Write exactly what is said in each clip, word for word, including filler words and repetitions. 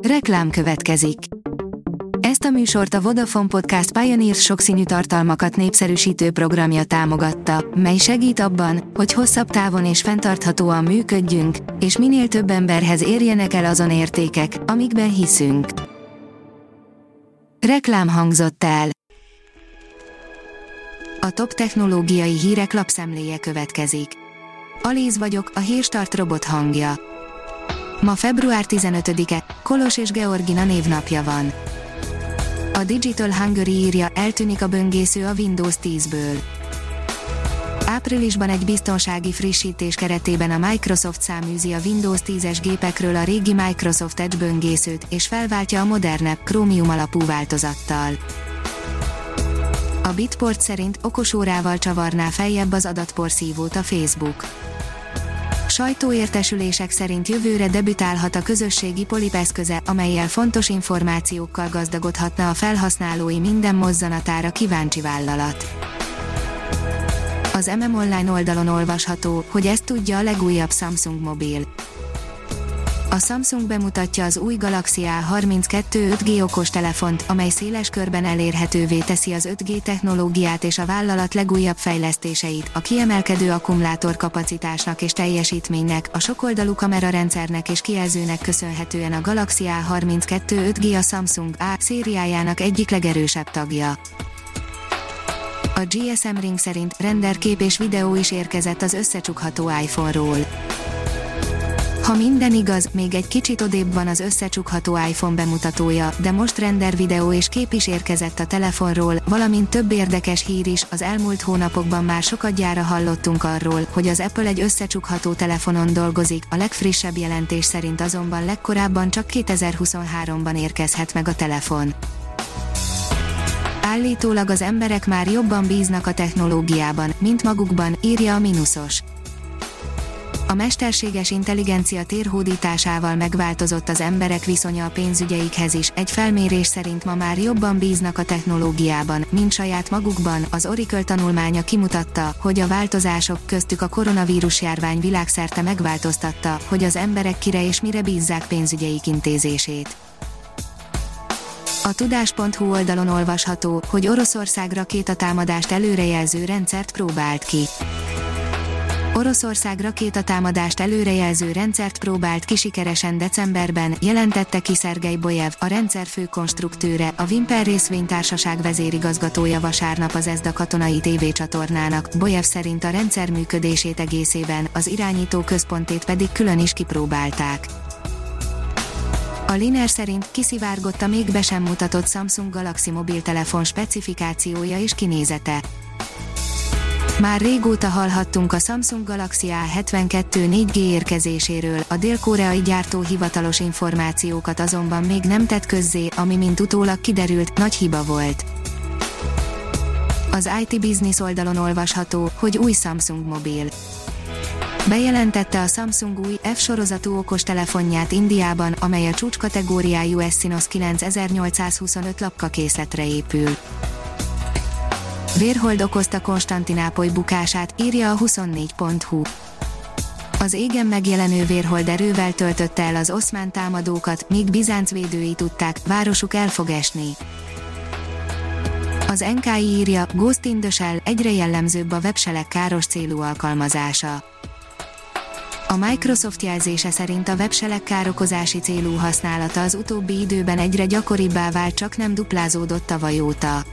Reklám következik. Ezt a műsort a Vodafone Podcast Pioneers sokszínű tartalmakat népszerűsítő programja támogatta, mely segít abban, hogy hosszabb távon és fenntarthatóan működjünk, és minél több emberhez érjenek el azon értékek, amikben hiszünk. Reklám hangzott el. A top technológiai hírek lapszemléje következik. Alíz vagyok, a Hírstart robot hangja. Ma február tizenötödike, Kolos és Georgina névnapja van. A Digital Hungary írja, eltűnik a böngésző a Windows tízből. Áprilisban egy biztonsági frissítés keretében a Microsoft száműzi a Windows tízes gépekről a régi Microsoft Edge böngészőt, és felváltja a modernebb, Chromium alapú változattal. A Bitport szerint okosórával csavarná feljebb az adatporszívót a Facebook. Sajtóértesülések szerint jövőre debütálhat a közösségi Polip eszköze, amellyel fontos információkkal gazdagodhatna a felhasználói minden mozzanatára kíváncsi vállalat. Az em em Online oldalon olvasható, hogy ezt tudja a legújabb Samsung mobil. A Samsung bemutatja az új Galaxy á harminckettő öt G okostelefont, amely széles körben elérhetővé teszi az öt G technológiát és a vállalat legújabb fejlesztéseit, a kiemelkedő akkumulátorkapacitásnak és teljesítménynek, a sokoldalú kamerarendszernek és kijelzőnek köszönhetően a Galaxy á harminckettő öt G a Samsung A szériájának egyik legerősebb tagja. A gé es em Ring szerint renderkép és videó is érkezett az összecsukható iPhone-ról. Ha minden igaz, még egy kicsit odébb van az összecsukható iPhone bemutatója, de most render videó és kép is érkezett a telefonról, valamint több érdekes hír is. Az elmúlt hónapokban már sokadjára hallottunk arról, hogy az Apple egy összecsukható telefonon dolgozik, a legfrissebb jelentés szerint azonban legkorábban csak kétezer-huszonháromban érkezhet meg a telefon. Állítólag az emberek már jobban bíznak a technológiában, mint magukban, írja a Minusos. A mesterséges intelligencia térhódításával megváltozott az emberek viszonya a pénzügyeikhez is, egy felmérés szerint ma már jobban bíznak a technológiában, mint saját magukban. Az Oracle tanulmánya kimutatta, hogy a változások, köztük a koronavírus járvány világszerte megváltoztatta, hogy az emberek kire és mire bízzák pénzügyeik intézését. A tudás pont hu oldalon olvasható, hogy Oroszország rakétatámadást előrejelző rendszert próbált ki. Oroszország rakétatámadást előrejelző rendszert próbált ki sikeresen decemberben, jelentette ki Szergej Bojev, a rendszer főkonstruktőre, a Vimper részvénytársaság vezérigazgatója vasárnap az EZDA katonai tévécsatornának. Bojev szerint a rendszer működését egészében, az irányító központét pedig külön is kipróbálták. A Liner szerint kiszivárgott a még be sem mutatott Samsung Galaxy mobiltelefon specifikációja és kinézete. Már régóta hallhattunk a Samsung Galaxy á hetvenkettő négy G érkezéséről, a dél-koreai gyártó hivatalos információkat azonban még nem tett közzé, ami mint utólag kiderült, nagy hiba volt. Az i té Business oldalon olvasható, hogy új Samsung mobil. Bejelentette a Samsung új F sorozatú okostelefonját Indiában, amely a csúcskategóriájú Exynos kilenc ezernyolcszázhuszonöt lapkakészletre épül. Vérhold okozta Konstantinápoly bukását, írja a huszonnégy pont hu. Az égen megjelenő vérhold erővel töltötte el az oszmán támadókat, míg Bizánc védői tudták, városuk el fog esni. Az en ká i írja, Ghost in the Shell, egyre jellemzőbb a webselek káros célú alkalmazása. A Microsoft jelzése szerint a webselek károkozási célú használata az utóbbi időben egyre gyakoribbá vált, csak nem duplázódott tavaly óta.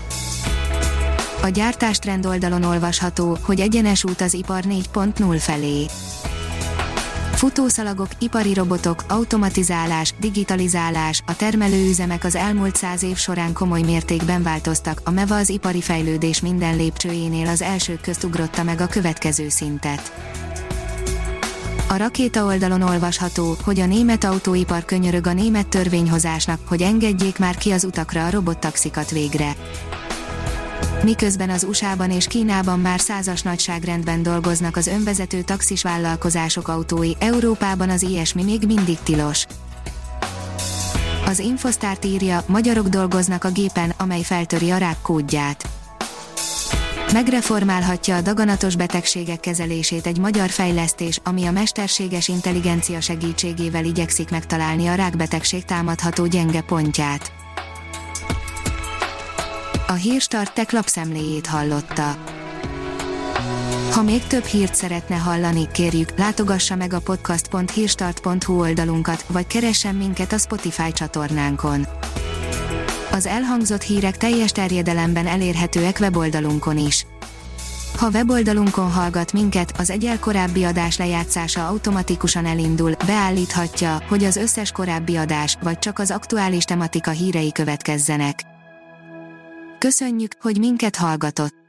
A gyártástrend oldalon olvasható, hogy egyenes út az ipar négy pont null felé. Futószalagok, ipari robotok, automatizálás, digitalizálás, a termelőüzemek az elmúlt száz év során komoly mértékben változtak, a meva az ipari fejlődés minden lépcsőjénél az elsők közt ugrotta meg a következő szintet. A rakéta oldalon olvasható, hogy a német autóipar könyörög a német törvényhozásnak, hogy engedjék már ki az utakra a robottaxikat végre. Miközben az u es á-ban és Kínában már százas nagyságrendben dolgoznak az önvezető taxis vállalkozások autói, Európában az ilyesmi még mindig tilos. Az Infostart írja, magyarok dolgoznak a gépen, amely feltöri a rák kódját. Megreformálhatja a daganatos betegségek kezelését egy magyar fejlesztés, ami a mesterséges intelligencia segítségével igyekszik megtalálni a rákbetegség támadható gyenge pontját. A Hírstart Tech lapszemléjét hallotta. Ha még több hírt szeretne hallani, kérjük, látogassa meg a podcast pont hírstart pont hu oldalunkat, vagy keressen minket a Spotify csatornánkon. Az elhangzott hírek teljes terjedelemben elérhetőek weboldalunkon is. Ha weboldalunkon hallgat minket, az egyel korábbi adás lejátszása automatikusan elindul, beállíthatja, hogy az összes korábbi adás, vagy csak az aktuális tematika hírei következzenek. Köszönjük, hogy minket hallgatott!